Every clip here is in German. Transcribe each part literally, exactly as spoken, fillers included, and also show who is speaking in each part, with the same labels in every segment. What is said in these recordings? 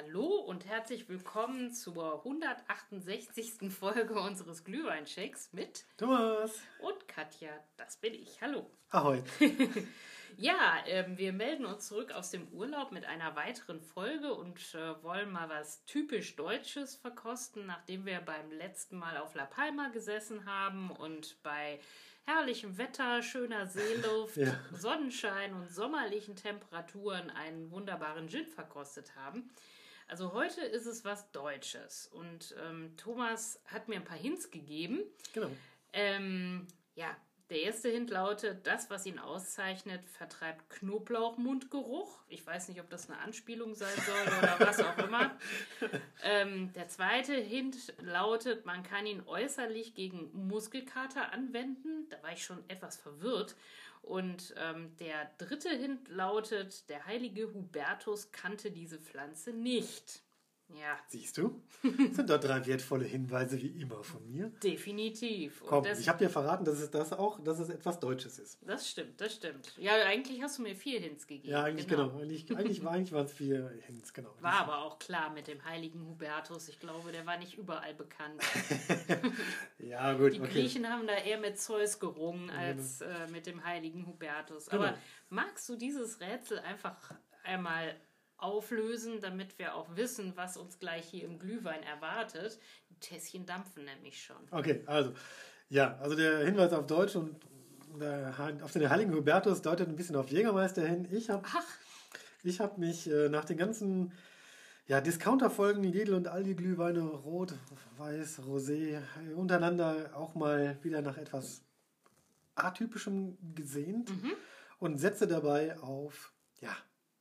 Speaker 1: Hallo und herzlich willkommen zur hundertachtundsechzigsten Folge unseres Glühweinchecks mit
Speaker 2: Thomas
Speaker 1: und Katja, das bin ich. Hallo.
Speaker 2: Ahoi.
Speaker 1: Ja, ähm, wir melden uns zurück aus dem Urlaub mit einer weiteren Folge und äh, wollen mal was typisch Deutsches verkosten, nachdem wir beim letzten Mal auf La Palma gesessen haben und bei herrlichem Wetter, schöner Seeluft,
Speaker 2: Ja.
Speaker 1: Sonnenschein und sommerlichen Temperaturen einen wunderbaren Gin verkostet haben. Also heute ist es was Deutsches und ähm, Thomas hat mir ein paar Hints gegeben.
Speaker 2: Genau.
Speaker 1: Ähm, ja, der erste Hint lautet, das, was ihn auszeichnet, vertreibt Knoblauchmundgeruch. Ich weiß nicht, ob das eine Anspielung sein soll oder was auch immer. Ähm, der zweite Hint lautet, man kann ihn äußerlich gegen Muskelkater anwenden. Da war ich schon etwas verwirrt. Und ähm, der dritte Hint lautet, der heilige Hubertus kannte diese Pflanze nicht. Ja.
Speaker 2: Siehst du? Sind doch drei wertvolle Hinweise wie immer von mir.
Speaker 1: Definitiv. Und
Speaker 2: Komm,
Speaker 1: das,
Speaker 2: ich habe dir verraten, dass es das auch, dass es etwas Deutsches ist.
Speaker 1: das stimmt, das stimmt. Ja, eigentlich hast du mir vier Hints gegeben.
Speaker 2: Ja, eigentlich genau. Eigentlich, eigentlich, war, eigentlich waren es vier Hints, genau.
Speaker 1: War aber auch klar mit dem heiligen Hubertus. Ich glaube, der war nicht überall bekannt.
Speaker 2: Ja, gut,
Speaker 1: Die
Speaker 2: okay.
Speaker 1: Griechen haben da eher mit Zeus gerungen
Speaker 2: Ja,
Speaker 1: als äh, mit dem heiligen Hubertus.
Speaker 2: Genau.
Speaker 1: Aber magst du dieses Rätsel einfach einmal auflösen, damit wir auch wissen, was uns gleich hier im Glühwein erwartet? Die Tässchen dampfen nämlich schon.
Speaker 2: Okay, also, ja, also der Hinweis auf Deutsch und der, auf den heiligen Hubertus deutet ein bisschen auf Jägermeister hin. Ich habe ich hab mich äh, nach den ganzen ja, Discounter-Folgen, Lidl und Aldi Glühweine, Rot, Weiß, Rosé, äh, untereinander auch mal wieder nach etwas Atypischem gesehnt
Speaker 1: Mhm.
Speaker 2: und setze dabei auf, ja,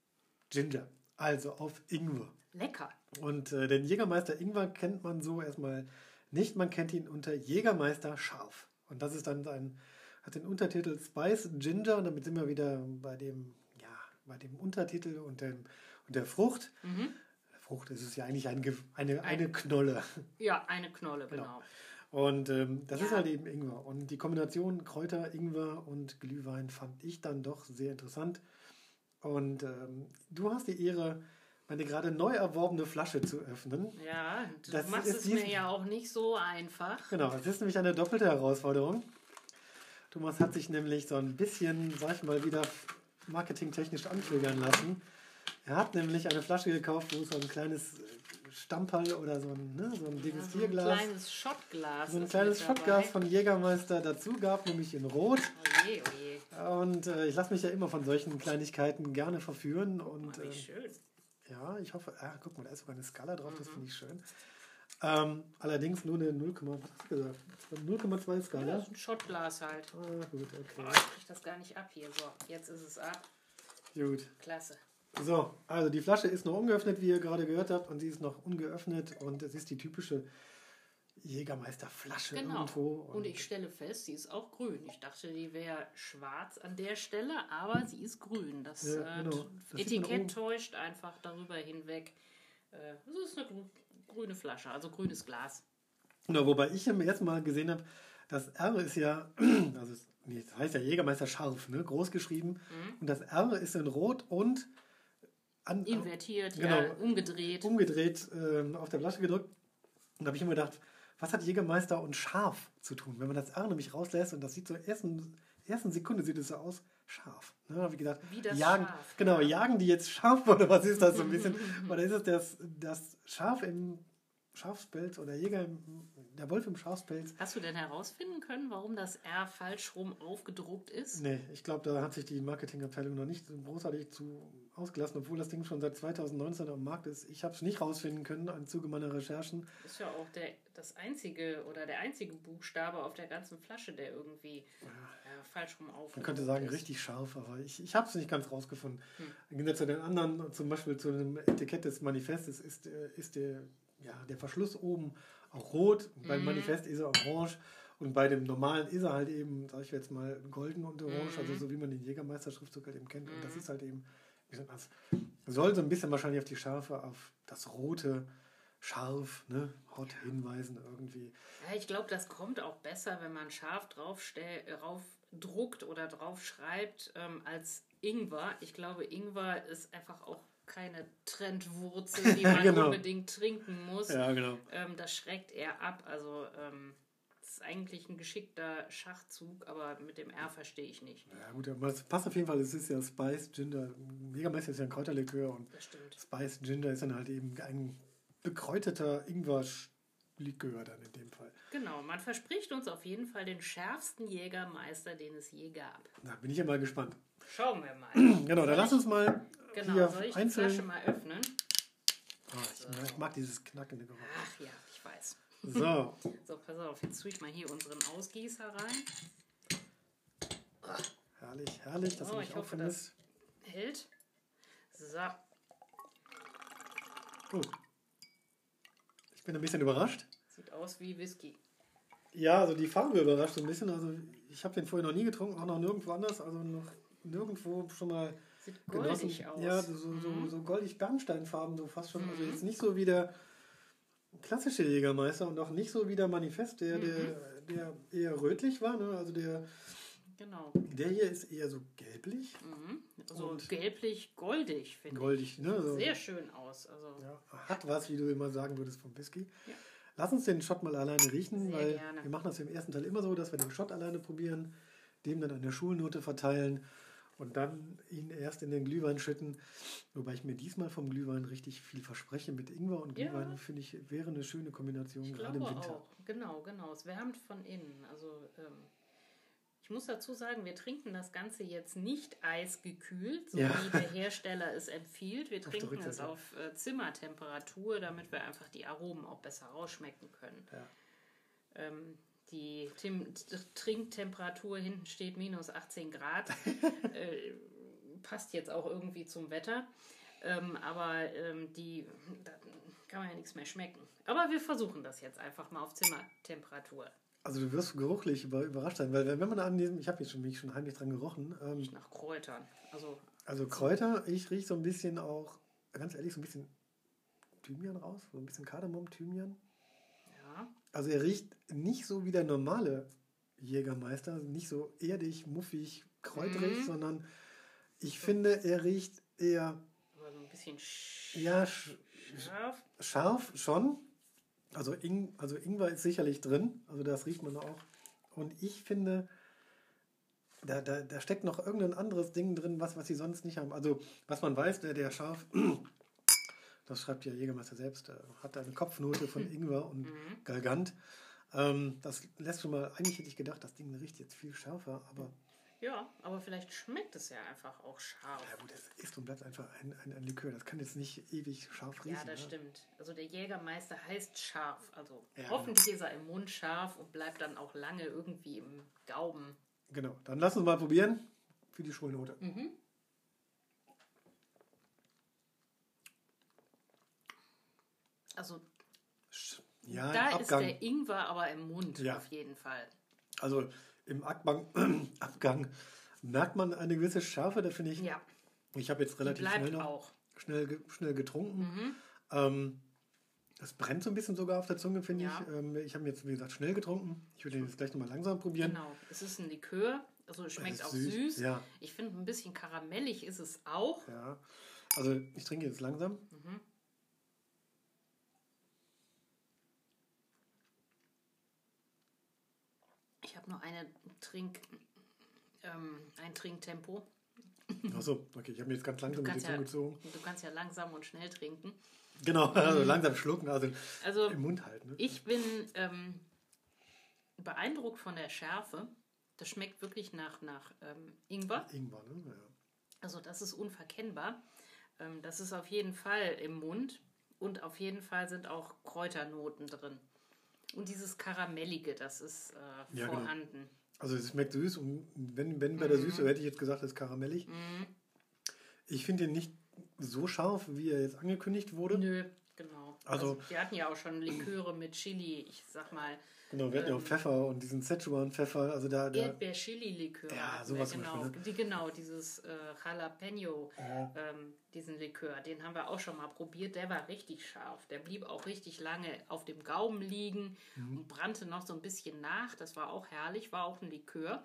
Speaker 2: Ginger, also auf Ingwer.
Speaker 1: Lecker.
Speaker 2: Und äh, den Jägermeister Ingwer kennt man so erstmal nicht, man kennt ihn unter Jägermeister Scharf. Und das ist dann sein, hat den Untertitel Spice Ginger und damit sind wir wieder bei dem, ja, bei dem Untertitel und, dem, und der Frucht.
Speaker 1: Mhm.
Speaker 2: Frucht ist es ja eigentlich ein, Ge- eine, eine Knolle.
Speaker 1: Ja, eine Knolle, genau.
Speaker 2: Genau. Und ähm, das
Speaker 1: Ja.
Speaker 2: ist halt eben Ingwer. Und die Kombination Kräuter, Ingwer und Glühwein fand ich dann doch sehr interessant. Und ähm, du hast die Ehre, meine gerade neu erworbene Flasche zu öffnen.
Speaker 1: Ja, du
Speaker 2: Das
Speaker 1: machst
Speaker 2: ist
Speaker 1: es
Speaker 2: dies-
Speaker 1: mir ja auch nicht so einfach.
Speaker 2: Genau, es ist nämlich eine doppelte Herausforderung. Thomas hat sich nämlich so ein bisschen, sag ich mal, wieder marketingtechnisch antriggern lassen. Er hat nämlich eine Flasche gekauft, wo es so ein kleines Stamperl oder so ein, ne, so ein
Speaker 1: Ja, so ein
Speaker 2: Degustierglas,
Speaker 1: kleines Schottglas.
Speaker 2: so ein
Speaker 1: ist
Speaker 2: kleines
Speaker 1: mit dabei.
Speaker 2: Schottglas von Jägermeister dazu gab, nämlich in Rot.
Speaker 1: Oh je, oh je.
Speaker 2: Und äh, ich lasse mich ja immer von solchen Kleinigkeiten gerne verführen. Und
Speaker 1: Oh, wie
Speaker 2: äh,
Speaker 1: schön.
Speaker 2: ja, ich hoffe, ah, guck mal, da ist sogar eine Skala drauf, das finde ich schön. Ähm, allerdings nur eine null, was hast du gesagt? null Komma zwei
Speaker 1: Ja,
Speaker 2: Skala.
Speaker 1: das ist ein Schottglas halt.
Speaker 2: Ah, gut,
Speaker 1: Oh,
Speaker 2: okay.
Speaker 1: ich krieg das gar nicht ab hier. So, jetzt ist es ab.
Speaker 2: Gut.
Speaker 1: Klasse.
Speaker 2: So, also die Flasche ist noch ungeöffnet, wie ihr gerade gehört habt, und sie ist noch ungeöffnet und es ist die typische Jägermeisterflasche
Speaker 1: Genau.
Speaker 2: irgendwo.
Speaker 1: Und ich stelle fest, sie ist auch grün. Ich dachte, die wäre schwarz an der Stelle, aber sie ist grün. Das,
Speaker 2: Ja,
Speaker 1: äh,
Speaker 2: genau. Das sieht man oben.
Speaker 1: Etikett täuscht einfach darüber hinweg. Äh, es ist eine grü- grüne Flasche, also grünes Glas.
Speaker 2: Genau, wobei ich im ersten Mal gesehen habe, das R ist ja, also es, nee, das heißt ja Jägermeister scharf, ne, groß geschrieben.
Speaker 1: Mhm.
Speaker 2: Und das R ist in Rot und an,
Speaker 1: Invertiert,
Speaker 2: Genau.
Speaker 1: ja, umgedreht.
Speaker 2: umgedreht ähm, auf der Flasche gedrückt. Und da habe ich immer gedacht, was hat Jägermeister und scharf zu tun? Wenn man das R nämlich rauslässt und das sieht so ersten ersten Sekunde sieht es so aus, scharf. Ne, da habe ich gedacht,
Speaker 1: Wie das
Speaker 2: jagen,
Speaker 1: Schaf,
Speaker 2: genau,
Speaker 1: ja.
Speaker 2: jagen die jetzt Schaf oder was ist das so ein bisschen? Oder ist es das, das Schaf im Schafspelz oder Jäger im, der Wolf im Schafspelz?
Speaker 1: Hast du denn herausfinden können, warum das R falsch rum aufgedruckt ist?
Speaker 2: Nee, ich glaube, da hat sich die Marketingabteilung noch nicht so großartig zu ausgelassen, obwohl das Ding schon seit zweitausendneunzehn am Markt ist. Ich habe es nicht rausfinden können im Zuge meiner Recherchen.
Speaker 1: Das ist ja auch der, das einzige oder der einzige Buchstabe auf der ganzen Flasche, der irgendwie äh, falsch rum aufgedruckt
Speaker 2: Man könnte sagen,
Speaker 1: ist.
Speaker 2: richtig scharf, aber ich, ich habe es nicht ganz rausgefunden.
Speaker 1: Hm.
Speaker 2: Im Gegensatz zu den anderen, zum Beispiel zu dem Etikett des Manifestes, ist, äh, ist der, ja, der Verschluss oben auch rot. Beim
Speaker 1: Mhm.
Speaker 2: Manifest ist er orange. Und bei dem normalen ist er halt eben, sag ich jetzt mal, golden und orange,
Speaker 1: Mhm.
Speaker 2: also so wie man den Jägermeister-Schriftzug halt eben kennt. Und das ist halt eben, wie gesagt, das soll so ein bisschen wahrscheinlich auf die Schärfe, auf das rote, scharf, ne, hot hinweisen irgendwie.
Speaker 1: Ja, ich glaube, das kommt auch besser, wenn man scharf draufstell, äh, draufdruckt oder draufschreibt, ähm, als Ingwer. Ich glaube, Ingwer ist einfach auch keine Trendwurzel, die man
Speaker 2: genau.
Speaker 1: unbedingt trinken muss.
Speaker 2: Ja, genau.
Speaker 1: Ähm, das schreckt eher ab. Also ähm, das ist eigentlich ein geschickter Schachzug, aber mit dem R verstehe ich nicht.
Speaker 2: Ja gut, aber es passt auf jeden Fall. Es ist ja Spice Ginger. Jägermeister ist ja ein Kräuterlikör und
Speaker 1: Das stimmt.
Speaker 2: Spice Ginger ist dann halt eben ein bekräuterter Ingwer-Likör dann in dem Fall.
Speaker 1: Genau, man verspricht uns auf jeden Fall den schärfsten Jägermeister, den es je gab.
Speaker 2: Da bin ich ja mal gespannt.
Speaker 1: Schauen wir mal.
Speaker 2: Genau, dann lass uns mal
Speaker 1: Genau,
Speaker 2: hier
Speaker 1: soll ich die
Speaker 2: einzeln...
Speaker 1: Flasche mal öffnen?
Speaker 2: Oh, ich so. mag dieses knackende Geräusch.
Speaker 1: Ach ja, ich weiß.
Speaker 2: So.
Speaker 1: So, pass auf, jetzt tue ich mal hier unseren Ausgießer rein.
Speaker 2: Herrlich, herrlich, das
Speaker 1: oh,
Speaker 2: habe ich, ich auch
Speaker 1: hoffe,
Speaker 2: vermisst.
Speaker 1: Das hält. So.
Speaker 2: Oh. Ich bin ein bisschen überrascht.
Speaker 1: Sieht aus wie Whisky.
Speaker 2: Ja, also die Farbe überrascht so ein bisschen. Also ich habe den vorher noch nie getrunken, auch noch nirgendwo anders. Also noch nirgendwo schon mal
Speaker 1: Sieht goldig
Speaker 2: genossen.
Speaker 1: aus.
Speaker 2: Ja, so,
Speaker 1: mhm.
Speaker 2: so, so goldig Bernsteinfarben, so fast schon.
Speaker 1: Mhm.
Speaker 2: Also jetzt nicht so wie der klassische Jägermeister und auch nicht so wie der Manifest, der,
Speaker 1: Mhm.
Speaker 2: der, der eher rötlich war. Ne? Also der,
Speaker 1: genau.
Speaker 2: der hier ist eher so gelblich.
Speaker 1: Mhm. So
Speaker 2: und
Speaker 1: gelblich-goldig, finde ich.
Speaker 2: Goldig, ne? Also,
Speaker 1: sehr schön aus. Also,
Speaker 2: ja, hat was, wie du immer sagen würdest, vom Whisky.
Speaker 1: Ja.
Speaker 2: Lass uns den Shot mal alleine riechen,
Speaker 1: Sehr
Speaker 2: weil
Speaker 1: gerne.
Speaker 2: wir machen das im ersten Teil immer so, dass wir den Shot alleine probieren, dem dann eine Schulnote verteilen und dann ihn erst in den Glühwein schütten. Wobei ich mir diesmal vom Glühwein richtig viel verspreche. Mit Ingwer und
Speaker 1: Ja.
Speaker 2: Glühwein, finde ich, wäre eine schöne Kombination,
Speaker 1: ich
Speaker 2: gerade
Speaker 1: glaube
Speaker 2: im Winter.
Speaker 1: auch. Genau, genau. Es wärmt von innen. Also ähm, ich muss dazu sagen, wir trinken das Ganze jetzt nicht eisgekühlt, so
Speaker 2: Ja.
Speaker 1: wie der Hersteller es empfiehlt. Wir
Speaker 2: Auf der
Speaker 1: trinken es
Speaker 2: Rückseite.
Speaker 1: auf äh, Zimmertemperatur, damit wir einfach die Aromen auch besser rausschmecken können.
Speaker 2: Ja.
Speaker 1: Ähm, die Tim Trinktemperatur hinten steht minus achtzehn Grad. äh, passt jetzt auch irgendwie zum Wetter. Ähm, aber ähm, die, da kann man ja nichts mehr schmecken. Aber wir versuchen das jetzt einfach mal auf Zimmertemperatur.
Speaker 2: Also du wirst geruchlich über- überrascht sein, weil wenn man an diesem, ich habe jetzt schon, mich schon heimlich dran gerochen, ähm,
Speaker 1: Nicht nach Kräutern. Also,
Speaker 2: also Kräuter, ich rieche so ein bisschen auch, ganz ehrlich, so ein bisschen Thymian raus, so ein bisschen Kardamom, Thymian.
Speaker 1: ja.
Speaker 2: Also er riecht nicht so wie der normale Jägermeister, nicht so erdig, muffig, kräuterig,
Speaker 1: Mhm.
Speaker 2: sondern ich finde, er riecht eher
Speaker 1: Aber so ein bisschen
Speaker 2: ja, sch
Speaker 1: scharf.
Speaker 2: scharf schon. Also, Ing also Ingwer ist sicherlich drin, also das riecht man auch. Und ich finde, da, da, da steckt noch irgendein anderes Ding drin, was, was sie sonst nicht haben. Also was man weiß, der, der scharf, das schreibt ja Jägermeister selbst, der hat eine Kopfnote von Ingwer und
Speaker 1: Mhm.
Speaker 2: Galgant. Ähm, das lässt schon mal, eigentlich hätte ich gedacht, das Ding riecht jetzt viel schärfer, aber
Speaker 1: Ja, aber vielleicht schmeckt es ja einfach auch scharf.
Speaker 2: ja gut, es ist und bleibt einfach ein, ein, ein Likör. Das kann jetzt nicht ewig scharf riechen.
Speaker 1: Ja, das
Speaker 2: ne?
Speaker 1: stimmt. Also der Jägermeister heißt scharf. Also
Speaker 2: Ja,
Speaker 1: hoffentlich ist er im Mund scharf und bleibt dann auch lange irgendwie im Gaumen.
Speaker 2: Genau, dann lass uns mal probieren für die Schulnote.
Speaker 1: Mhm. Also
Speaker 2: Ja,
Speaker 1: da
Speaker 2: im
Speaker 1: ist
Speaker 2: Abgang.
Speaker 1: der Ingwer aber im Mund
Speaker 2: Ja.
Speaker 1: auf jeden Fall.
Speaker 2: Also im Abgang, Abgang merkt man eine gewisse Schärfe, da finde ich.
Speaker 1: Ja,
Speaker 2: Ich habe jetzt
Speaker 1: die
Speaker 2: relativ
Speaker 1: bleibt
Speaker 2: schnell noch
Speaker 1: auch.
Speaker 2: schnell, ge- schnell getrunken.
Speaker 1: Mhm.
Speaker 2: Ähm, das brennt so ein bisschen sogar auf der Zunge, finde
Speaker 1: Ja.
Speaker 2: ich. Ähm, ich habe ihn jetzt, wie gesagt, schnell getrunken. Ich würde ihn jetzt gleich nochmal langsam probieren.
Speaker 1: Genau. Es ist ein Likör, also es schmeckt
Speaker 2: ist
Speaker 1: auch
Speaker 2: süß,
Speaker 1: süß.
Speaker 2: ja.
Speaker 1: Ich finde, ein bisschen karamellig ist es auch.
Speaker 2: Ja. Also ich trinke jetzt langsam.
Speaker 1: Mhm. Ich habe nur eine Trink, ähm, ein Trinktempo.
Speaker 2: Achso, okay, ich habe mir jetzt ganz langsam
Speaker 1: Du
Speaker 2: mit die
Speaker 1: kannst,
Speaker 2: Zunge
Speaker 1: ja,
Speaker 2: gezogen.
Speaker 1: du kannst ja langsam und schnell trinken.
Speaker 2: Genau, also langsam schlucken, also
Speaker 1: Also
Speaker 2: im Mund halten. Ne?
Speaker 1: ich bin ähm, beeindruckt von der Schärfe. Das schmeckt wirklich nach, nach ähm, Ingwer.
Speaker 2: Ingwer, ne? Ja.
Speaker 1: Also das ist unverkennbar. Ähm, das ist auf jeden Fall im Mund. Und auf jeden Fall sind auch Kräuternoten drin. Und dieses Karamellige, das ist äh,
Speaker 2: Ja, genau.
Speaker 1: vorhanden.
Speaker 2: Also es schmeckt süß und wenn, wenn bei der Süße hätte ich jetzt gesagt, es ist karamellig.
Speaker 1: Mhm.
Speaker 2: Ich finde ihn nicht so scharf, wie er jetzt angekündigt wurde.
Speaker 1: Nö, genau.
Speaker 2: Also-
Speaker 1: Also, wir hatten ja auch schon Liköre mit Chili, ich sag mal,
Speaker 2: Genau, wir hatten ja auch
Speaker 1: Ähm,
Speaker 2: Pfeffer und diesen Szechuan-Pfeffer. Also da, da
Speaker 1: Erdbeer-Chili-Likör.
Speaker 2: Ja,
Speaker 1: hatten wir,
Speaker 2: sowas zum
Speaker 1: genau.
Speaker 2: Beispiel,
Speaker 1: Die, genau, dieses äh, Jalapeno,
Speaker 2: Ja.
Speaker 1: ähm, diesen Likör, den haben wir auch schon mal probiert. Der war richtig scharf. Der blieb auch richtig lange auf dem Gaumen liegen
Speaker 2: Mhm.
Speaker 1: und brannte noch so ein bisschen nach. Das war auch herrlich, war auch ein Likör.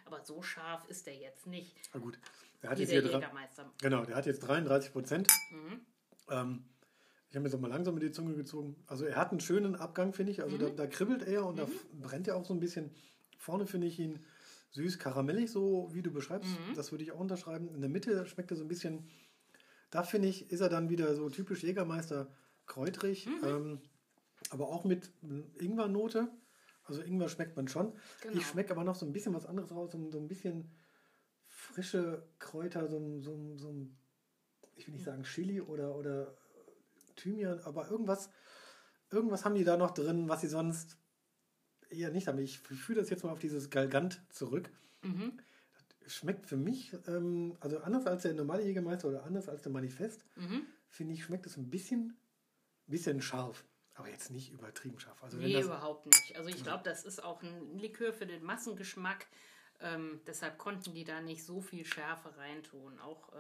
Speaker 1: Aber so scharf ist der jetzt nicht.
Speaker 2: Na gut. Der hat
Speaker 1: Hier
Speaker 2: jetzt
Speaker 1: der
Speaker 2: hier dra-
Speaker 1: Jägermeister.
Speaker 2: Genau, der hat jetzt dreiunddreißig Prozent.
Speaker 1: Mhm.
Speaker 2: Ähm, ich habe mir jetzt auch mal langsam mit die Zunge gezogen. Also er hat einen schönen Abgang, finde ich. Also
Speaker 1: Mhm.
Speaker 2: da, da kribbelt er und
Speaker 1: Mhm.
Speaker 2: da f- brennt er auch so ein bisschen. Vorne finde ich ihn süß karamellig, so wie du beschreibst.
Speaker 1: Mhm.
Speaker 2: Das würde ich auch unterschreiben. In der Mitte schmeckt er so ein bisschen, da finde ich, ist er dann wieder so typisch Jägermeister kräutrig.
Speaker 1: Mhm.
Speaker 2: Ähm, aber auch mit Ingwernote. Also Ingwer schmeckt man schon.
Speaker 1: Genau.
Speaker 2: Ich schmecke aber noch so ein bisschen was anderes raus. So, so ein bisschen frische Kräuter, so, so, so ein, ich will nicht sagen Chili oder, oder Thymian, aber irgendwas, irgendwas haben die da noch drin, was sie sonst eher nicht haben. Ich fühle das jetzt mal auf dieses Galgant zurück.
Speaker 1: Mhm.
Speaker 2: Schmeckt für mich, ähm, also anders als der normale Jägermeister oder anders als der Manifest,
Speaker 1: Mhm.
Speaker 2: finde ich, schmeckt es ein bisschen, bisschen scharf. Aber jetzt nicht übertrieben scharf. Also wenn
Speaker 1: Nee,
Speaker 2: das,
Speaker 1: überhaupt nicht. Also ich glaube, das ist auch ein Likör für den Massengeschmack. Ähm, deshalb konnten die da nicht so viel Schärfe reintun. Auch,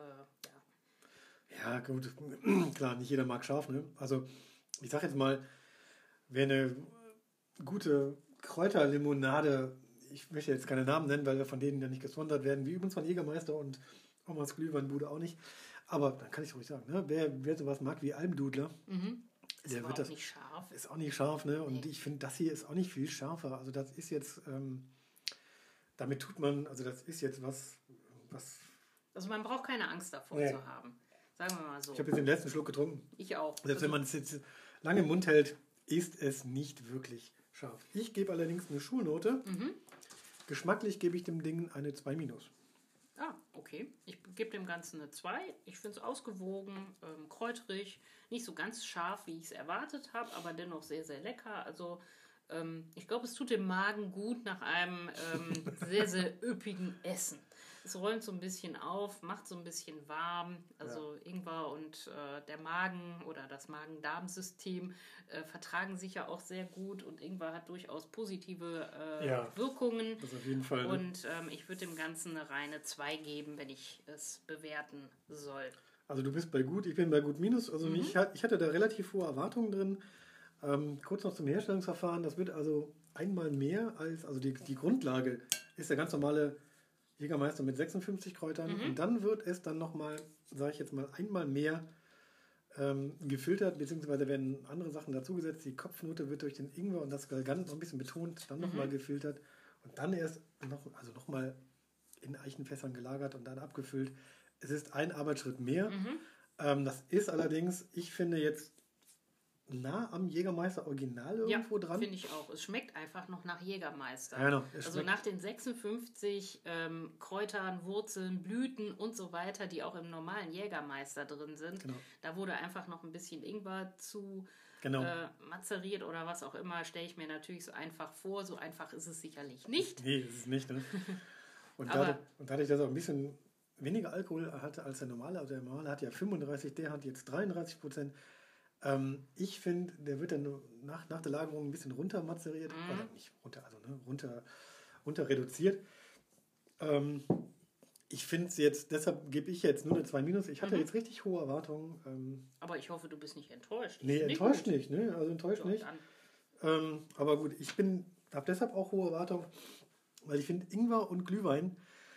Speaker 1: äh, ja.
Speaker 2: ja gut, klar, nicht jeder mag scharf. Ne? Also ich sag jetzt mal, wer eine gute Kräuterlimonade, ich möchte jetzt keine Namen nennen, weil wir von denen ja nicht gesponsert werden, wie übrigens von Jägermeister und Omas Glühweinbude auch nicht. Aber dann kann ich es ruhig sagen, ne? wer, wer sowas mag wie Almdudler,
Speaker 1: Mhm. Ist
Speaker 2: der
Speaker 1: aber
Speaker 2: wird
Speaker 1: auch
Speaker 2: das,
Speaker 1: nicht scharf.
Speaker 2: ist auch nicht scharf. Ne? Und
Speaker 1: Nee.
Speaker 2: ich finde, das hier ist auch nicht viel schärfer. Also das ist jetzt, ähm, damit tut man, also das ist jetzt was, was
Speaker 1: Also man braucht keine Angst davor
Speaker 2: Nee.
Speaker 1: zu haben. Sagen wir mal so.
Speaker 2: ich habe jetzt den letzten Schluck getrunken.
Speaker 1: Ich auch.
Speaker 2: Selbst
Speaker 1: Also,
Speaker 2: wenn man es jetzt lange im Mund hält, ist es nicht wirklich scharf. Ich gebe allerdings eine Schulnote.
Speaker 1: mhm.
Speaker 2: Geschmacklich gebe ich dem Ding eine zwei minus.
Speaker 1: Ah, okay. Ich gebe dem Ganzen eine zwei. Ich finde es ausgewogen, ähm, kräuterig, nicht so ganz scharf, wie ich es erwartet habe, aber dennoch sehr, sehr lecker. Also ähm, ich glaube, es tut dem Magen gut nach einem ähm, sehr, sehr üppigen Essen. Es räumt so ein bisschen auf, macht so ein bisschen warm. Also Ingwer und äh, der Magen oder das Magen-Darm-System äh, vertragen sich ja auch sehr gut und Ingwer hat durchaus positive äh,
Speaker 2: Ja.
Speaker 1: Wirkungen.
Speaker 2: Das auf jeden Fall. Ne?
Speaker 1: Und ähm, ich würde dem Ganzen eine reine zwei geben, wenn ich es bewerten soll.
Speaker 2: Also du bist bei gut, ich bin bei gut minus. Also
Speaker 1: Mhm.
Speaker 2: mich, hat- ich hatte da relativ hohe Erwartungen drin. Ähm, kurz noch zum Herstellungsverfahren. Das wird also einmal mehr als, also die, die Grundlage ist der ganz normale Jägermeister mit sechsundfünfzig Kräutern.
Speaker 1: Mhm.
Speaker 2: Und dann wird es dann nochmal, sage ich jetzt mal, einmal mehr ähm, gefiltert, beziehungsweise werden andere Sachen dazugesetzt. Die Kopfnote wird durch den Ingwer und das Galgant noch ein bisschen betont, dann nochmal
Speaker 1: Mhm.
Speaker 2: gefiltert und dann erst noch, also nochmal in Eichenfässern gelagert und dann abgefüllt. Es ist ein Arbeitsschritt mehr.
Speaker 1: Mhm.
Speaker 2: Ähm, das ist allerdings, ich finde jetzt nah am Jägermeister Original irgendwo
Speaker 1: Ja,
Speaker 2: dran.
Speaker 1: finde ich auch. Es schmeckt einfach noch nach Jägermeister.
Speaker 2: Ja, genau. Es
Speaker 1: Also
Speaker 2: schmeckt-
Speaker 1: nach den sechsundfünfzig ähm, Kräutern, Wurzeln, Blüten und so weiter, die auch im normalen Jägermeister drin sind.
Speaker 2: Genau.
Speaker 1: Da wurde einfach noch ein bisschen Ingwer zu
Speaker 2: Genau.
Speaker 1: äh, mazeriert oder was auch immer, stelle ich mir natürlich so einfach vor. So einfach ist es sicherlich nicht.
Speaker 2: Nee, ist es nicht. Ne? Und,
Speaker 1: Aber-
Speaker 2: dadurch, und dadurch, dass er auch ein bisschen weniger Alkohol hatte als der normale, also der normale hat ja fünfunddreißig, der hat jetzt dreiunddreißig Prozent. Ähm, ich finde, der wird dann nur nach, nach der Lagerung ein bisschen runter mazeriert,
Speaker 1: Mhm.
Speaker 2: oder nicht runter, also ne, runter, runter reduziert. Ähm, ich finde es jetzt, deshalb gebe ich jetzt nur eine zwei minus. Ich hatte
Speaker 1: Mhm.
Speaker 2: jetzt richtig hohe Erwartungen. Ähm,
Speaker 1: Aber ich hoffe, du bist nicht enttäuscht.
Speaker 2: nee,
Speaker 1: Finde ich
Speaker 2: enttäuscht
Speaker 1: gut.
Speaker 2: nicht, ne? Also enttäuscht
Speaker 1: So,
Speaker 2: nicht.
Speaker 1: dann-
Speaker 2: Ähm, aber gut, ich bin, habe deshalb auch hohe Erwartungen, weil ich finde, Ingwer und Glühwein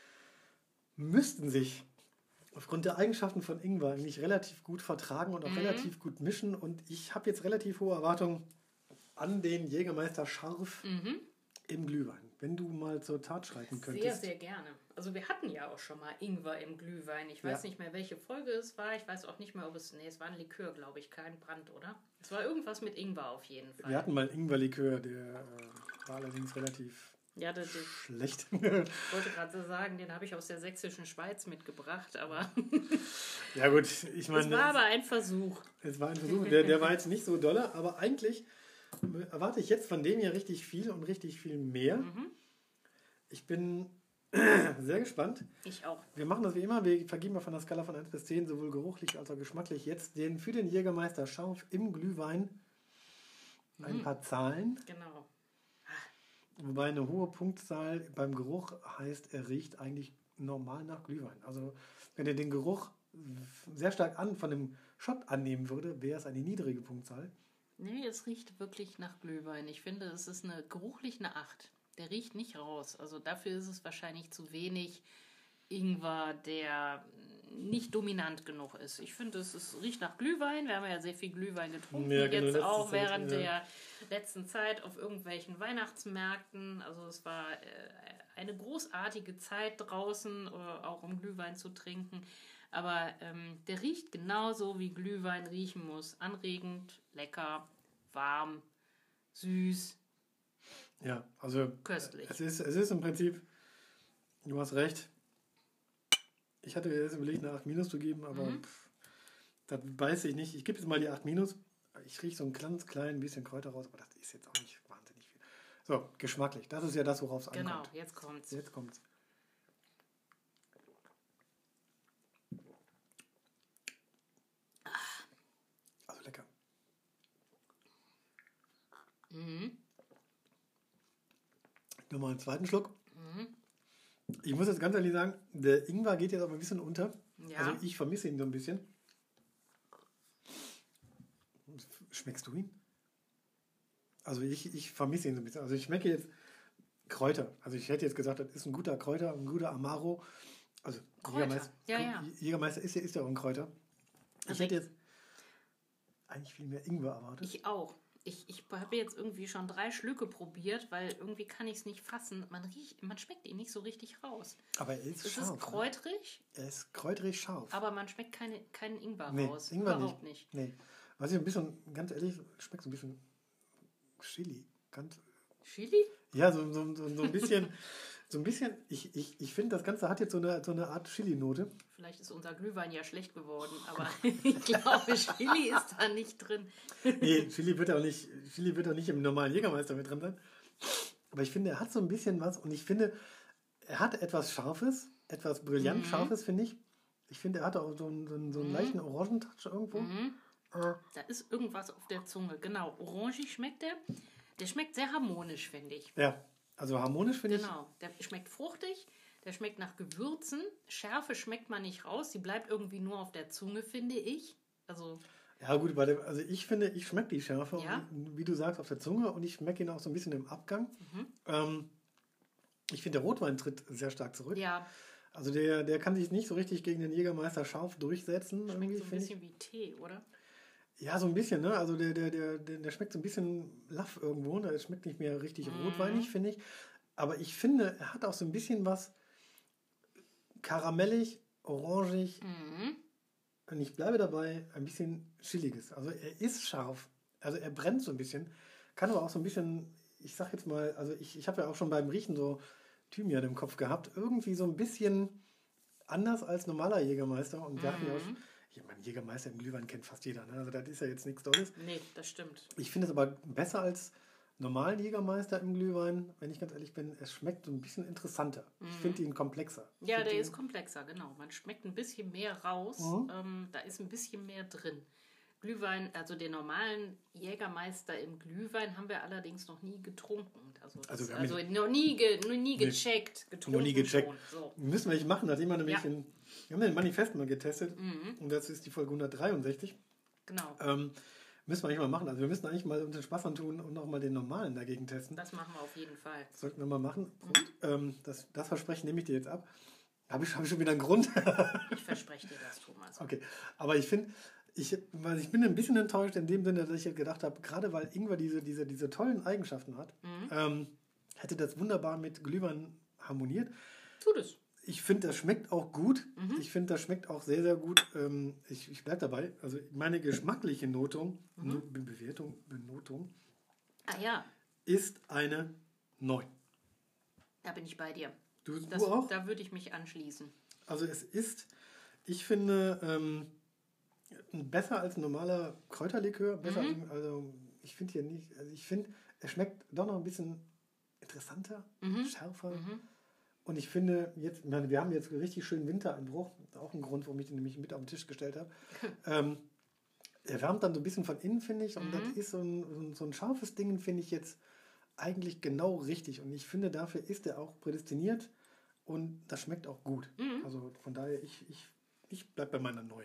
Speaker 2: müssten sich aufgrund der Eigenschaften von Ingwer eigentlich relativ gut vertragen und auch
Speaker 1: Mhm.
Speaker 2: relativ gut mischen. Und ich habe jetzt relativ hohe Erwartungen an den Jägermeister Scharf
Speaker 1: Mhm.
Speaker 2: im Glühwein. Wenn du mal zur Tat schreiten
Speaker 1: Sehr,
Speaker 2: könntest.
Speaker 1: sehr gerne. Also wir hatten ja auch schon mal Ingwer im Glühwein. Ich weiß
Speaker 2: Ja.
Speaker 1: nicht mehr, welche Folge es war. Ich weiß auch nicht mehr, ob es... Nee, es war ein Likör, glaube ich, kein Brand, oder? Es war irgendwas mit Ingwer auf jeden Fall.
Speaker 2: Wir hatten mal Ingwerlikör, der äh, war allerdings relativ
Speaker 1: Ja, das, das,
Speaker 2: schlecht.
Speaker 1: ich wollte gerade so sagen, den habe ich aus der sächsischen Schweiz mitgebracht, aber
Speaker 2: Ja gut, ich
Speaker 1: es
Speaker 2: meine,
Speaker 1: war aber ein Versuch.
Speaker 2: es war ein Versuch, der, der war jetzt nicht so dolle, aber eigentlich erwarte ich jetzt von dem hier richtig viel und richtig viel mehr.
Speaker 1: Mhm.
Speaker 2: Ich bin sehr gespannt.
Speaker 1: Ich auch.
Speaker 2: Wir machen das wie immer, wir vergeben auf einer Skala von eins bis zehn, sowohl geruchlich als auch geschmacklich, jetzt den für den Jägermeister Scharf im Glühwein ein
Speaker 1: Mhm.
Speaker 2: paar Zahlen.
Speaker 1: Genau.
Speaker 2: Wobei eine hohe Punktzahl beim Geruch heißt, er riecht eigentlich normal nach Glühwein. Also wenn er den Geruch sehr stark an von dem Shot annehmen würde, wäre es eine niedrige Punktzahl.
Speaker 1: Nee, es riecht wirklich nach Glühwein. Ich finde, es ist eine geruchlich eine acht. der riecht nicht raus. Also dafür ist es wahrscheinlich zu wenig Ingwer, der nicht dominant genug ist. Ich finde, es, es riecht nach Glühwein. Wir haben ja sehr viel Glühwein getrunken. Ja, genau, jetzt auch Zeit, während ja. der letzten Zeit auf irgendwelchen Weihnachtsmärkten. Also es war äh, eine großartige Zeit draußen, äh, auch um Glühwein zu trinken. Aber ähm, der riecht genauso, wie Glühwein riechen muss. Anregend, lecker, warm, süß.
Speaker 2: Ja, also
Speaker 1: köstlich.
Speaker 2: Es ist, es ist im Prinzip, du hast recht, ich hatte jetzt überlegt, eine acht minus zu geben, aber mhm. pff, das weiß ich nicht. Ich gebe jetzt mal die acht minus. Ich rieche so ein ganz klein bisschen Kräuter raus, aber das ist jetzt auch nicht wahnsinnig viel. So, geschmacklich. Das ist ja das, worauf es
Speaker 1: genau,
Speaker 2: ankommt.
Speaker 1: Genau, jetzt kommt's.
Speaker 2: Jetzt kommt's. Also lecker.
Speaker 1: Mhm.
Speaker 2: Nur mal einen zweiten Schluck. Mhm. Ich muss jetzt ganz ehrlich sagen, der Ingwer geht jetzt aber ein bisschen unter. Ja. Also ich vermisse ihn so ein bisschen. Schmeckst du ihn? Also ich, ich vermisse ihn so ein bisschen. Also ich schmecke jetzt Kräuter. Also ich hätte jetzt gesagt, das ist ein guter Kräuter, ein guter Amaro. Also
Speaker 1: Kräuter.
Speaker 2: Jägermeister,
Speaker 1: ja, ja.
Speaker 2: Jägermeister ist ja, ist ja auch ein Kräuter. Ich also hätte jetzt eigentlich viel mehr Ingwer erwartet.
Speaker 1: Ich auch. Ich, ich habe jetzt irgendwie schon drei Schlücke probiert, weil irgendwie kann ich es nicht fassen. Man riecht, man schmeckt ihn nicht so richtig raus.
Speaker 2: Aber er ist
Speaker 1: es
Speaker 2: scharf.
Speaker 1: Es ist kräutrig.
Speaker 2: Er ist kräutrig scharf.
Speaker 1: Aber man schmeckt keine, keinen Ingwer
Speaker 2: nee,
Speaker 1: raus.
Speaker 2: Ingwer
Speaker 1: Überhaupt
Speaker 2: nicht.
Speaker 1: nicht.
Speaker 2: Nee. Was ich ein bisschen, ganz ehrlich, schmeckt so ein bisschen Chili. Ganz,
Speaker 1: Chili?
Speaker 2: Ja, so, so, so, so ein bisschen... So ein bisschen, ich, ich, ich finde, das Ganze hat jetzt so eine, so eine Art Chili-Note.
Speaker 1: Vielleicht ist unser Glühwein ja schlecht geworden, aber ich glaube, Chili ist da nicht drin.
Speaker 2: Nee, Chili wird auch nicht, Chili wird auch nicht im normalen Jägermeister mit drin sein. Aber ich finde, er hat so ein bisschen was und ich finde, er hat etwas Scharfes, etwas brillant mhm. Scharfes, finde ich. Ich finde, er hat auch so einen, so einen, so einen mhm. leichten Orangentouch irgendwo.
Speaker 1: Mhm. Äh. Da ist irgendwas auf der Zunge, genau. Orangig schmeckt der. Der schmeckt sehr harmonisch, finde ich.
Speaker 2: Ja. Also harmonisch finde ich.
Speaker 1: Genau, der schmeckt fruchtig, der schmeckt nach Gewürzen. Schärfe schmeckt man nicht raus, die bleibt irgendwie nur auf der Zunge, finde ich. Also
Speaker 2: ja gut, bei dem, also ich finde, ich schmecke die Schärfe,
Speaker 1: ja?
Speaker 2: und, wie du sagst, auf der Zunge und ich schmecke ihn auch so ein bisschen im Abgang. Mhm. Ähm, ich finde, der Rotwein tritt sehr stark zurück.
Speaker 1: Ja.
Speaker 2: Also der, der kann sich nicht so richtig gegen den Jägermeister scharf durchsetzen.
Speaker 1: Schmeckt irgendwie, so ein bisschen ich. wie Tee, oder?
Speaker 2: Ja, so ein bisschen, ne? Also der, der, der, der schmeckt so ein bisschen laff irgendwo. Der schmeckt nicht mehr richtig mhm. rotweinig, finde ich. Aber ich finde, er hat auch so ein bisschen was karamellig, orangig.
Speaker 1: Mhm.
Speaker 2: Und ich bleibe dabei, ein bisschen chiliges. Also er ist scharf. Also er brennt so ein bisschen. Kann aber auch so ein bisschen, ich sag jetzt mal, also ich, ich habe ja auch schon beim Riechen so Thymian im Kopf gehabt. Irgendwie so ein bisschen anders als normaler Jägermeister. Und wir hatten ja auch schon, ich meine, Jägermeister im Glühwein kennt fast jeder. Ne? Also das ist ja jetzt nichts Tolles.
Speaker 1: Nee, das stimmt.
Speaker 2: Ich finde es aber besser als normalen Jägermeister im Glühwein, wenn ich ganz ehrlich bin. Es schmeckt so ein bisschen interessanter. Mhm. Ich finde ihn komplexer. Ich
Speaker 1: ja, der
Speaker 2: ihn,
Speaker 1: ist komplexer, genau. Man schmeckt ein bisschen mehr raus. Mhm. Ähm, da ist ein bisschen mehr drin. Glühwein, also den normalen Jägermeister im Glühwein haben wir allerdings noch nie getrunken. Also, das, also, also noch nie, ge, noch nie gecheckt, getrunken.
Speaker 2: Noch nie gecheckt.
Speaker 1: So.
Speaker 2: Müssen wir nicht machen, nachdem wir nämlich
Speaker 1: ja.
Speaker 2: in, wir haben den Manifest mal getestet
Speaker 1: mhm.
Speaker 2: und das ist die Folge hundertdreiundsechzig.
Speaker 1: Genau.
Speaker 2: Ähm, müssen wir eigentlich mal machen. Also wir müssen eigentlich mal uns den Spaß antun und auch mal den normalen dagegen testen.
Speaker 1: Das machen wir auf jeden Fall.
Speaker 2: Das sollten wir mal machen. Mhm. Und, ähm, das, das Versprechen nehme ich dir jetzt ab. Habe ich, hab ich schon wieder einen Grund?
Speaker 1: Ich verspreche dir das, Thomas.
Speaker 2: Okay, aber ich finde, ich, ich bin ein bisschen enttäuscht in dem Sinne, dass ich gedacht habe, gerade weil Ingwer diese, diese, diese tollen Eigenschaften hat,
Speaker 1: mhm.
Speaker 2: ähm, hätte das wunderbar mit Glühwein harmoniert.
Speaker 1: Tut es.
Speaker 2: Ich finde, das schmeckt auch gut.
Speaker 1: Mhm.
Speaker 2: Ich finde, das schmeckt auch sehr, sehr gut. Ähm, ich ich bleibe dabei. Also meine geschmackliche Notung,
Speaker 1: mhm.
Speaker 2: Be- Bewertung, Benotung,
Speaker 1: ah, ja.
Speaker 2: ist eine neun.
Speaker 1: Da bin ich bei dir.
Speaker 2: Du,
Speaker 1: das,
Speaker 2: du auch?
Speaker 1: Da würde ich mich anschließen.
Speaker 2: Also es ist, ich finde, ähm, besser als ein normaler Kräuterlikör. Besser
Speaker 1: Mhm.
Speaker 2: als, also ich finde hier nicht, also ich finde, er schmeckt doch noch ein bisschen interessanter,
Speaker 1: Mhm.
Speaker 2: schärfer.
Speaker 1: Mhm.
Speaker 2: Und ich finde, jetzt, ich meine, wir haben jetzt einen richtig schönen Winteranbruch. Auch ein Grund, warum ich den nämlich mit auf den Tisch gestellt habe. ähm, er wärmt dann so ein bisschen von innen, finde ich. Und
Speaker 1: Mhm.
Speaker 2: das ist so ein, so ein, so ein scharfes Ding, finde ich jetzt eigentlich genau richtig. Und ich finde, dafür ist er auch prädestiniert. Und das schmeckt auch gut.
Speaker 1: Mhm.
Speaker 2: Also von daher, ich, ich, ich bleibe bei meiner neun.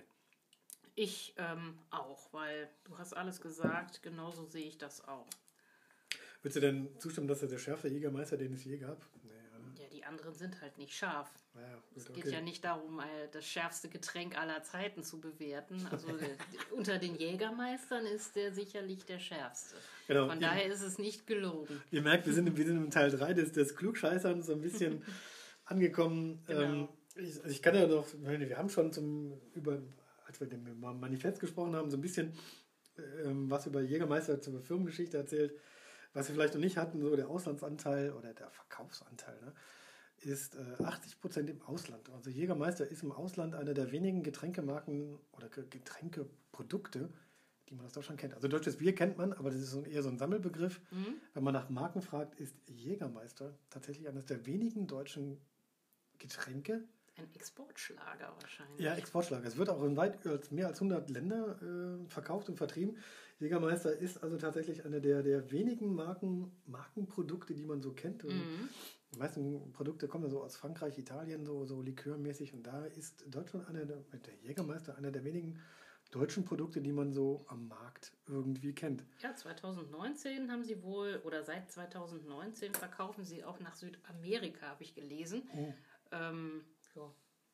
Speaker 1: Ich ähm, auch, weil du hast alles gesagt. Genauso sehe ich das auch.
Speaker 2: Würdest du denn zustimmen, dass er der schärfste Jägermeister, den es je gab? Nee,
Speaker 1: oder? Ja, die anderen sind halt nicht scharf.
Speaker 2: Ja, gut,
Speaker 1: es geht
Speaker 2: okay.
Speaker 1: ja nicht darum, das schärfste Getränk aller Zeiten zu bewerten. Also unter den Jägermeistern ist der sicherlich der schärfste. Genau. Von daher ist es nicht gelogen.
Speaker 2: Ihr merkt, wir sind, wir sind im Teil drei des, des Klugscheißern so ein bisschen angekommen. Genau. Ähm, ich, ich kann ja noch, wir haben schon zum, über, als wir dem Manifest gesprochen haben, so ein bisschen ähm, was über Jägermeister zur Firmengeschichte erzählt. Was wir vielleicht noch nicht hatten, so der Auslandsanteil oder der Verkaufsanteil, ne, ist äh, achtzig Prozent im Ausland. Also Jägermeister ist im Ausland einer der wenigen Getränkemarken oder Getränkeprodukte, die man aus Deutschland kennt. Also deutsches Bier kennt man, aber das ist so eher so ein Sammelbegriff. Mhm. Wenn man nach Marken fragt, ist Jägermeister tatsächlich eines der wenigen deutschen Getränke.
Speaker 1: Ein Exportschlager wahrscheinlich.
Speaker 2: Ja, Exportschlager. Es wird auch in weit mehr als hundert Länder äh, verkauft und vertrieben. Jägermeister ist also tatsächlich eine der, der wenigen Marken, Markenprodukte, die man so kennt. Mhm. Die meisten Produkte kommen ja so aus Frankreich, Italien, so, so likörmäßig. Und da ist Deutschland einer der, der Jägermeister einer der wenigen deutschen Produkte, die man so am Markt irgendwie kennt.
Speaker 1: Ja, zwanzig neunzehn haben sie wohl, oder seit zwanzig neunzehn verkaufen sie auch nach Südamerika, habe ich gelesen. Oh. Ähm, ja.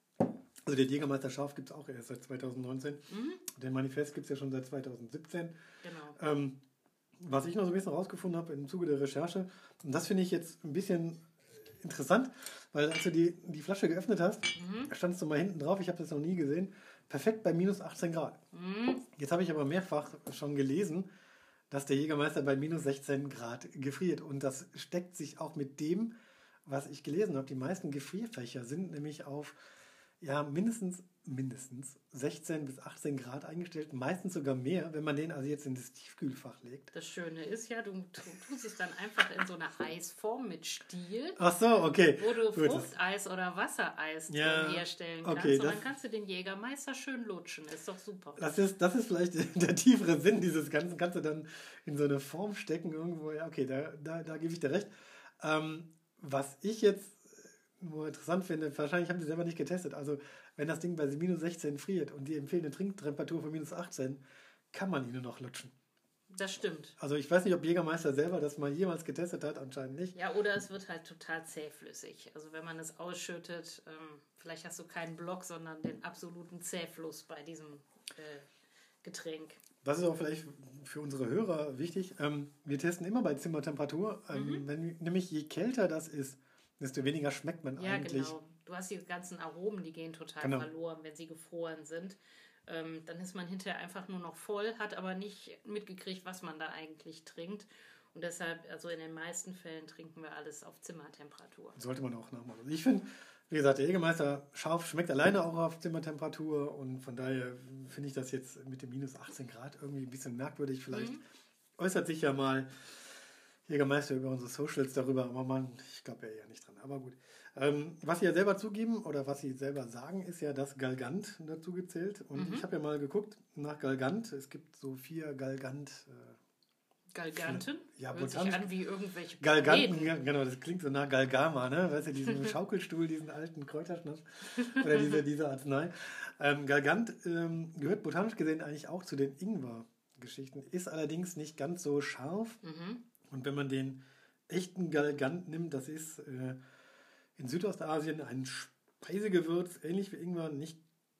Speaker 2: Also der Jägermeister Scharf gibt es auch erst seit zwanzig neunzehn. Mhm. Den Manifest gibt es ja schon seit zwanzig siebzehn.
Speaker 1: Genau.
Speaker 2: Ähm, was ich noch so ein bisschen rausgefunden habe im Zuge der Recherche, und das finde ich jetzt ein bisschen interessant, weil als du die, die Flasche geöffnet hast, mhm. standst du mal hinten drauf, ich habe das noch nie gesehen, perfekt bei minus achtzehn Grad. Mhm. Jetzt habe ich aber mehrfach schon gelesen, dass der Jägermeister bei minus sechzehn Grad gefriert. Und das steckt sich auch mit dem, was ich gelesen habe. Die meisten Gefrierfächer sind nämlich auf ja, mindestens, mindestens sechzehn bis achtzehn Grad eingestellt, meistens sogar mehr, wenn man den also jetzt in das Tiefkühlfach legt.
Speaker 1: Das Schöne ist ja, du tust es dann einfach in so eine Eisform mit Stiel.
Speaker 2: Ach so, okay.
Speaker 1: Wo du Fruchteis oder Wassereis ja, herstellen kannst. Okay, und dann kannst du den Jägermeister schön lutschen. Ist doch super.
Speaker 2: Das ist, das ist vielleicht der tiefere Sinn dieses Ganzen. Kannst du dann in so eine Form stecken irgendwo. Ja, okay, da, da, da gebe ich dir recht. Ähm, was ich jetzt nur interessant finde, wahrscheinlich haben sie selber nicht getestet. Also wenn das Ding bei minus sechzehn friert und die empfehlende Trinktemperatur von minus achtzehn, kann man ihn nur noch lutschen.
Speaker 1: Das stimmt.
Speaker 2: Also ich weiß nicht, ob Jägermeister selber das mal jemals getestet hat, anscheinend nicht.
Speaker 1: Ja, oder es wird halt total zähflüssig. Also wenn man es ausschüttet, ähm, vielleicht hast du keinen Block, sondern den absoluten Zähfluss bei diesem äh, Getränk.
Speaker 2: Das ist auch vielleicht für unsere Hörer wichtig. Ähm, wir testen immer bei Zimmertemperatur. Ähm, mhm. Wenn, nämlich je kälter das ist, desto weniger schmeckt man
Speaker 1: ja,
Speaker 2: eigentlich.
Speaker 1: Ja, genau. Du hast die ganzen Aromen, die gehen total
Speaker 2: genau.
Speaker 1: verloren, wenn sie gefroren sind. Ähm, dann ist man hinterher einfach nur noch voll, hat aber nicht mitgekriegt, was man da eigentlich trinkt. Und deshalb, also in den meisten Fällen trinken wir alles auf Zimmertemperatur.
Speaker 2: Sollte man auch nachmachen. Also ich finde, wie gesagt, der Jägermeister Scharf schmeckt alleine auch auf Zimmertemperatur. Und von daher finde ich das jetzt mit dem minus achtzehn Grad irgendwie ein bisschen merkwürdig. Vielleicht mhm. äußert sich ja mal Jägermeister über unsere Socials darüber, aber man, ich glaube ja eher nicht dran. Aber gut. Ähm, was sie ja selber zugeben oder was sie selber sagen, ist ja, dass Galgant dazu gezählt. Und mhm. ich habe ja mal geguckt nach Galgant. Es gibt so vier Galgant. Äh,
Speaker 1: Galganten?
Speaker 2: Ja,
Speaker 1: hört sich an wie irgendwelche
Speaker 2: Galganten, Planeten. Genau, das klingt so nach Galgama, ne? Weißt du, diesen Schaukelstuhl, diesen alten Kräuterschnaps oder diese, diese Arznei. Ähm, Galgant ähm, gehört botanisch gesehen eigentlich auch zu den Ingwer-Geschichten, ist allerdings nicht ganz so scharf. Mhm. Und wenn man den echten Galgant nimmt, das ist äh, in Südostasien ein Speisegewürz, ähnlich wie Ingwer, nicht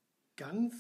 Speaker 2: ganz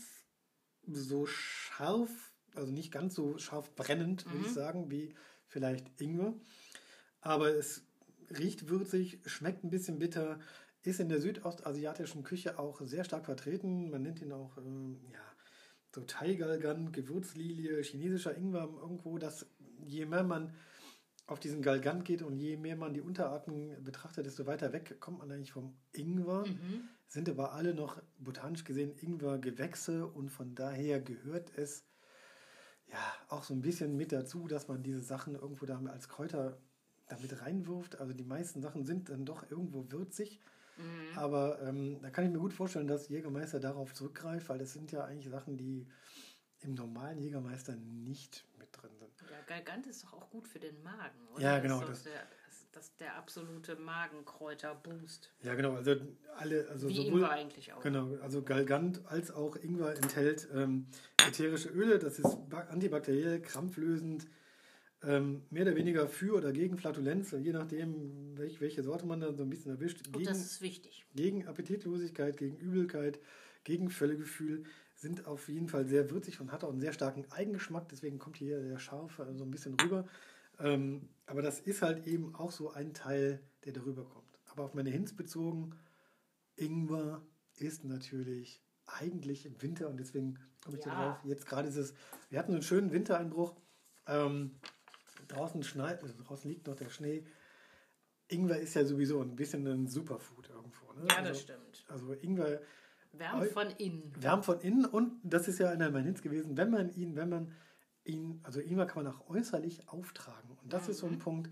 Speaker 2: so scharf, also nicht ganz so scharf brennend, würde mhm. ich sagen, wie vielleicht Ingwer. Aber es riecht würzig, schmeckt ein bisschen bitter, ist in der südostasiatischen Küche auch sehr stark vertreten. Man nennt ihn auch ähm, ja, so Thai-Galgant, Gewürzlilie, chinesischer Ingwer irgendwo. Das, je mehr man auf diesen Galgant geht und je mehr man die Unterarten betrachtet, desto weiter weg kommt man eigentlich vom Ingwer. Mhm. Sind aber alle noch botanisch gesehen Ingwer-Gewächse und von daher gehört es ja auch so ein bisschen mit dazu, dass man diese Sachen irgendwo da als Kräuter damit reinwirft. Also die meisten Sachen sind dann doch irgendwo würzig. Mhm. Aber ähm, da kann ich mir gut vorstellen, dass Jägermeister darauf zurückgreift, weil das sind ja eigentlich Sachen, die im normalen Jägermeister nicht mit drin sind.
Speaker 1: Ja, Galgant ist doch auch gut für den Magen, oder?
Speaker 2: Ja, genau.
Speaker 1: Das
Speaker 2: Das
Speaker 1: ist der, das ist der absolute Magenkräuter-Boost.
Speaker 2: Ja, genau. Also alle, also
Speaker 1: wie
Speaker 2: sowohl,
Speaker 1: Ingwer eigentlich auch.
Speaker 2: Genau, also Galgant als auch Ingwer enthält ähm, ätherische Öle. Das ist antibakteriell, krampflösend, ähm, mehr oder weniger für oder gegen Flatulenz, je nachdem, welch, welche Sorte man dann so ein bisschen erwischt.
Speaker 1: Und
Speaker 2: Gegen,
Speaker 1: das ist wichtig.
Speaker 2: Gegen Appetitlosigkeit, gegen Übelkeit, gegen Völlegefühl, sind auf jeden Fall sehr würzig und hat auch einen sehr starken Eigengeschmack, deswegen kommt hier der Scharfe so ein bisschen rüber. Ähm, aber das ist halt eben auch so ein Teil, der darüber kommt. Aber auf meine Hints bezogen, Ingwer ist natürlich eigentlich im Winter und deswegen komme ich
Speaker 1: Ja.
Speaker 2: da drauf. Jetzt gerade ist es, wir hatten einen schönen Wintereinbruch. Ähm, draußen, schneit, also draußen liegt noch der Schnee. Ingwer ist ja sowieso ein bisschen ein Superfood irgendwo. Ne?
Speaker 1: Ja,
Speaker 2: also,
Speaker 1: das stimmt.
Speaker 2: Also Ingwer
Speaker 1: Wärmt von innen.
Speaker 2: wärmt von innen und das ist ja einer meiner Hints gewesen, wenn man ihn, wenn man ihn, also Ingwer kann man auch äußerlich auftragen. Und das
Speaker 1: Mhm.
Speaker 2: ist so ein Punkt,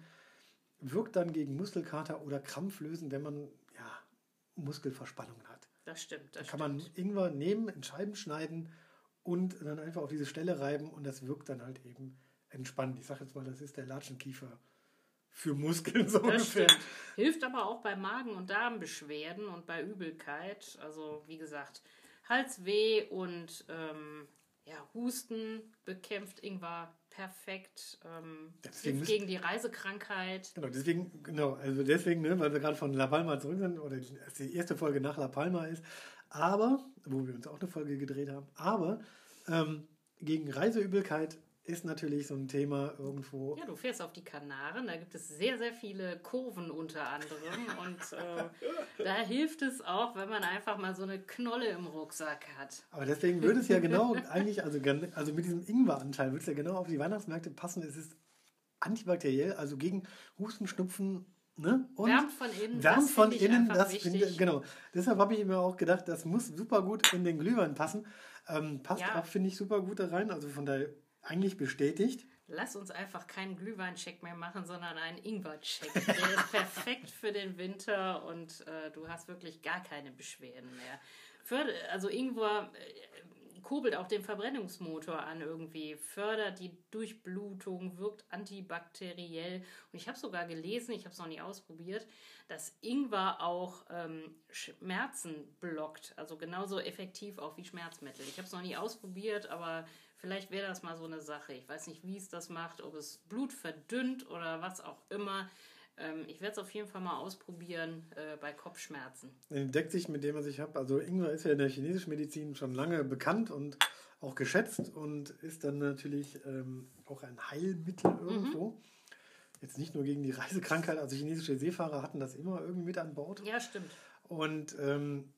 Speaker 2: wirkt dann gegen Muskelkater oder Krampflösen, wenn man ja, Muskelverspannungen hat.
Speaker 1: Das stimmt, das
Speaker 2: Da kann
Speaker 1: stimmt.
Speaker 2: man Ingwer nehmen, in Scheiben schneiden und dann einfach auf diese Stelle reiben und das wirkt dann halt eben entspannt. Ich sage jetzt mal, das ist der Latschenkiefer für Muskeln so
Speaker 1: Das
Speaker 2: ungefähr.
Speaker 1: stimmt. Hilft aber auch bei Magen- und Darmbeschwerden und bei Übelkeit. Also wie gesagt, Halsweh und ähm, ja, Husten bekämpft Ingwer perfekt. Ähm,
Speaker 2: Deswegen
Speaker 1: hilft
Speaker 2: müssen-
Speaker 1: gegen die Reisekrankheit.
Speaker 2: Genau, deswegen, genau, also deswegen, ne, weil wir gerade von La Palma zurück sind, oder es die erste Folge nach La Palma ist, aber, wo wir uns auch eine Folge gedreht haben, aber ähm, gegen Reiseübelkeit ist natürlich so ein Thema irgendwo.
Speaker 1: Ja, du fährst auf die Kanaren, da gibt es sehr, sehr viele Kurven unter anderem und äh, da hilft es auch, wenn man einfach mal so eine Knolle im Rucksack hat.
Speaker 2: Aber deswegen würde es ja genau eigentlich, also, gan- also mit diesem Ingweranteil würde es ja genau auf die Weihnachtsmärkte passen. Es ist antibakteriell, also gegen Husten, Schnupfen, ne? Und
Speaker 1: Wärmt von innen,
Speaker 2: wärmt
Speaker 1: das
Speaker 2: von
Speaker 1: finde ich
Speaker 2: innen,
Speaker 1: einfach
Speaker 2: das
Speaker 1: wichtig.
Speaker 2: finde genau. Deshalb habe ich mir auch gedacht, das muss super gut in den Glühwein passen. Ähm, passt
Speaker 1: Ja.
Speaker 2: auch, finde ich, super gut da rein. Also von daher eigentlich bestätigt.
Speaker 1: Lass uns einfach keinen Glühweincheck mehr machen, sondern einen Ingwer-Check. Der ist perfekt für den Winter und äh, du hast wirklich gar keine Beschwerden mehr. Für, also Ingwer äh, kurbelt auch den Verbrennungsmotor an irgendwie, fördert die Durchblutung, wirkt antibakteriell. Und ich habe sogar gelesen, ich habe es noch nie ausprobiert, dass Ingwer auch ähm, Schmerzen blockt. Also genauso effektiv auch wie Schmerzmittel. Ich habe es noch nie ausprobiert, aber vielleicht wäre das mal so eine Sache. Ich weiß nicht, wie es das macht, ob es Blut verdünnt oder was auch immer. Ähm, ich werde es auf jeden Fall mal ausprobieren äh, bei Kopfschmerzen.
Speaker 2: Deckt sich mit dem, was ich habe. Also Ingwer ist ja in der chinesischen Medizin schon lange bekannt und auch geschätzt und ist dann natürlich ähm, auch ein Heilmittel irgendwo. Mhm. Jetzt nicht nur gegen die Reisekrankheit, also chinesische Seefahrer hatten das immer irgendwie mit an Bord.
Speaker 1: Ja, stimmt.
Speaker 2: Und ähm,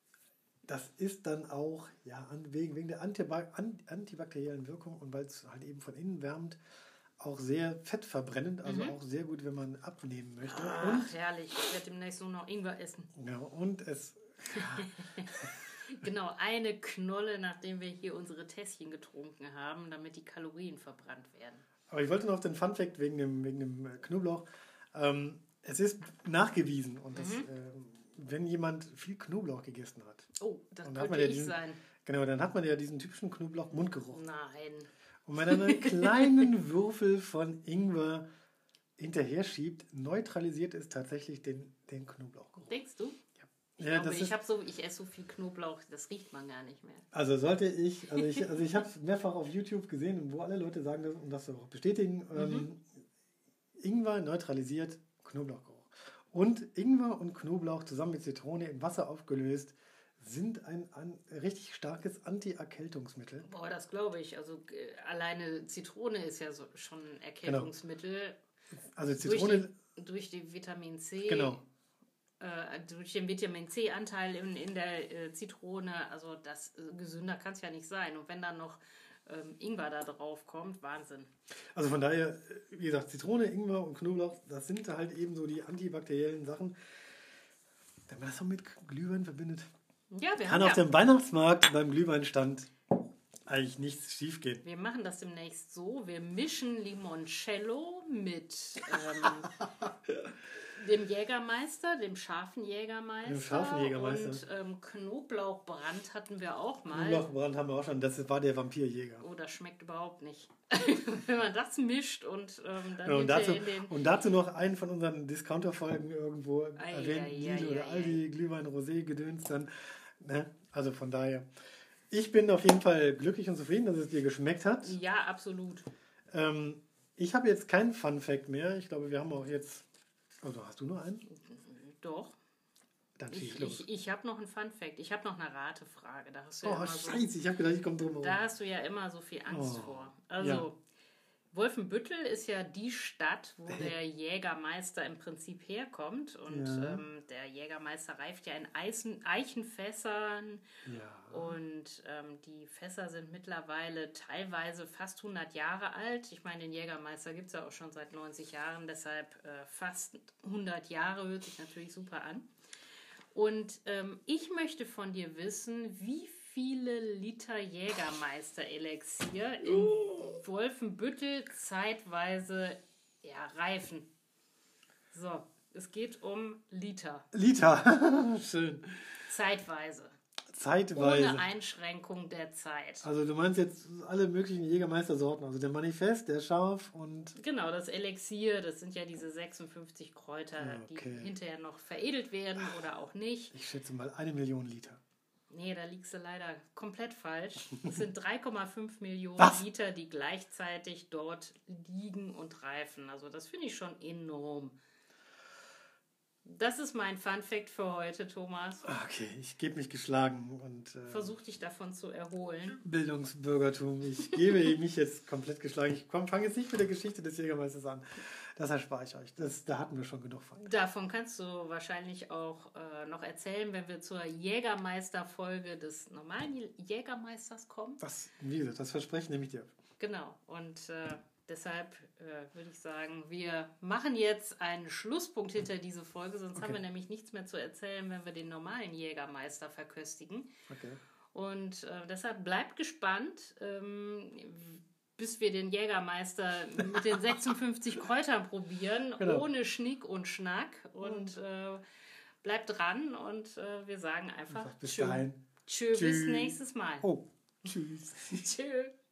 Speaker 2: das ist dann auch ja, an, wegen, wegen der Antiba- an, antibakteriellen Wirkung und weil es halt eben von innen wärmt, auch sehr fettverbrennend, also
Speaker 1: Mhm.
Speaker 2: auch sehr gut, wenn man abnehmen möchte.
Speaker 1: Ach,
Speaker 2: und,
Speaker 1: herrlich. Ich werde demnächst nur noch Ingwer essen.
Speaker 2: ja, und es... Ja,
Speaker 1: Genau, eine Knolle, nachdem wir hier unsere Tässchen getrunken haben, damit die Kalorien verbrannt werden.
Speaker 2: aber ich wollte noch auf den Funfact wegen dem, wegen dem Knoblauch. Ähm, es ist nachgewiesen, und das,
Speaker 1: Mhm.
Speaker 2: ähm, wenn jemand viel Knoblauch gegessen hat,
Speaker 1: Oh, das
Speaker 2: Und da hat
Speaker 1: könnte
Speaker 2: man ja
Speaker 1: ich
Speaker 2: diesen-
Speaker 1: sein.
Speaker 2: genau, dann hat man ja diesen typischen Knoblauch-Mundgeruch.
Speaker 1: Nein.
Speaker 2: Und wenn er einen kleinen Würfel von Ingwer hinterher schiebt, neutralisiert es tatsächlich den, den Knoblauchgeruch.
Speaker 1: Denkst du? Ich,
Speaker 2: Ja,
Speaker 1: glaube,
Speaker 2: das
Speaker 1: ich,
Speaker 2: ist,
Speaker 1: hab so, ich esse so viel Knoblauch, das riecht man gar nicht mehr.
Speaker 2: also sollte ich, also ich, also ich habe es mehrfach auf YouTube gesehen, wo alle Leute sagen das und das auch bestätigen,
Speaker 1: Mhm.
Speaker 2: ähm, Ingwer neutralisiert Knoblauchgeruch. Und Ingwer und Knoblauch zusammen mit Zitrone im Wasser aufgelöst sind ein, ein richtig starkes Anti-Erkältungsmittel.
Speaker 1: Boah, das glaube ich. Also äh, alleine Zitrone ist ja so, schon ein Erkältungsmittel.
Speaker 2: Also Zitrone,
Speaker 1: Durch die, durch die Vitamin C.
Speaker 2: genau.
Speaker 1: Äh, durch den Vitamin C-Anteil in, in der äh, Zitrone. Also das äh, gesünder kann es ja nicht sein. Und wenn dann noch ähm, Ingwer da drauf kommt, Wahnsinn.
Speaker 2: Also von daher, wie gesagt, Zitrone, Ingwer und Knoblauch, das sind halt eben so die antibakteriellen Sachen. Wenn man das so mit Glühwein verbindet,
Speaker 1: Ja, wir
Speaker 2: kann
Speaker 1: haben
Speaker 2: auf
Speaker 1: ja,
Speaker 2: dem Weihnachtsmarkt beim Glühweinstand eigentlich nichts schief gehen.
Speaker 1: wir machen das demnächst so. Wir mischen Limoncello mit ähm, dem Jägermeister, dem scharfen Jägermeister.
Speaker 2: Dem scharfen Jägermeister.
Speaker 1: Und ähm, Knoblauchbrand hatten wir auch mal.
Speaker 2: Knoblauchbrand haben wir auch schon, das war der Vampirjäger.
Speaker 1: Oh, das schmeckt überhaupt nicht. Wenn man das mischt und ähm, dann
Speaker 2: Ja, und, dazu,
Speaker 1: hinterher in den...
Speaker 2: und dazu noch einen von unseren Discounter-Folgen irgendwo
Speaker 1: Ei,
Speaker 2: erwähnt,
Speaker 1: ei,
Speaker 2: Lidl
Speaker 1: ei,
Speaker 2: oder
Speaker 1: ei,
Speaker 2: Aldi, Glühwein, Rosé, Gedöns dann. Ne? Also von daher, ich bin auf jeden Fall glücklich und zufrieden, dass es dir geschmeckt hat.
Speaker 1: Ja, absolut.
Speaker 2: Ähm, Ich habe jetzt keinen Fun-Fact mehr. Ich glaube, wir haben auch jetzt... Also, hast du noch einen?
Speaker 1: Doch.
Speaker 2: Dann schieß
Speaker 1: Ich,
Speaker 2: los.
Speaker 1: ich, ich habe noch einen Fun-Fact. Ich habe noch eine Ratefrage. Da hast du
Speaker 2: Oh,
Speaker 1: ja immer
Speaker 2: scheiße.
Speaker 1: so,
Speaker 2: Ich habe gedacht, ich komme drum herum.
Speaker 1: da hast du ja immer so viel Angst
Speaker 2: Oh,
Speaker 1: vor. Also,
Speaker 2: ja.
Speaker 1: Wolfenbüttel ist ja die Stadt, wo der Jägermeister im Prinzip herkommt. Und
Speaker 2: Ja.
Speaker 1: ähm, der Jägermeister reift ja in Eisen, Eichenfässern.
Speaker 2: Ja.
Speaker 1: Und ähm, die Fässer sind mittlerweile teilweise fast hundert Jahre alt. Ich meine, den Jägermeister gibt es ja auch schon seit neunzig Jahren. Deshalb äh, fast hundert Jahre hört sich natürlich super an. Und ähm, ich möchte von dir wissen, wie viele Liter Jägermeister-Elixier in Wolfenbüttel zeitweise ja, reifen. So, es geht um Liter.
Speaker 2: Liter. Schön.
Speaker 1: Zeitweise.
Speaker 2: Zeitweise.
Speaker 1: Ohne Einschränkung der Zeit.
Speaker 2: Also du meinst jetzt alle möglichen Jägermeister-Sorten. Also der Manifest, der Scharf und...
Speaker 1: Genau, das Elixier, das sind ja diese sechsundfünfzig Kräuter,
Speaker 2: Okay.
Speaker 1: die hinterher noch veredelt werden oder auch nicht.
Speaker 2: Ich schätze mal eine Million Liter.
Speaker 1: Nee, da liegst du leider komplett falsch. Es sind drei Komma fünf Millionen
Speaker 2: Was?
Speaker 1: Liter, die gleichzeitig dort liegen und reifen. Also das finde ich schon enorm. Das ist mein Funfact für heute, Thomas.
Speaker 2: Okay, ich gebe mich geschlagen und... Äh,
Speaker 1: Versuch dich davon zu erholen.
Speaker 2: Bildungsbürgertum. Ich gebe mich jetzt komplett geschlagen. Ich fange jetzt nicht mit der Geschichte des Jägermeisters an. Das erspare ich euch. Das, da hatten wir schon genug von.
Speaker 1: Davon kannst du wahrscheinlich auch äh, noch erzählen, wenn wir zur Jägermeister-Folge des normalen Jägermeisters kommen.
Speaker 2: Das, wie gesagt, das Versprechen nehme ich dir.
Speaker 1: Genau. Und äh, deshalb äh, würde ich sagen, wir machen jetzt einen Schlusspunkt hinter diese Folge, sonst
Speaker 2: Okay.
Speaker 1: haben wir nämlich nichts mehr zu erzählen, wenn wir den normalen Jägermeister verköstigen.
Speaker 2: Okay.
Speaker 1: Und äh, deshalb bleibt gespannt, ähm, bis wir den Jägermeister mit den sechsundfünfzig Kräutern probieren,
Speaker 2: Genau.
Speaker 1: ohne Schnick und Schnack. Und äh, bleibt dran und äh, wir sagen einfach
Speaker 2: Einfach bis
Speaker 1: tschö.
Speaker 2: dahin.
Speaker 1: Tschö, bis
Speaker 2: Tschüss.
Speaker 1: nächstes Mal.
Speaker 2: Oh, tschüss.
Speaker 1: Tschö.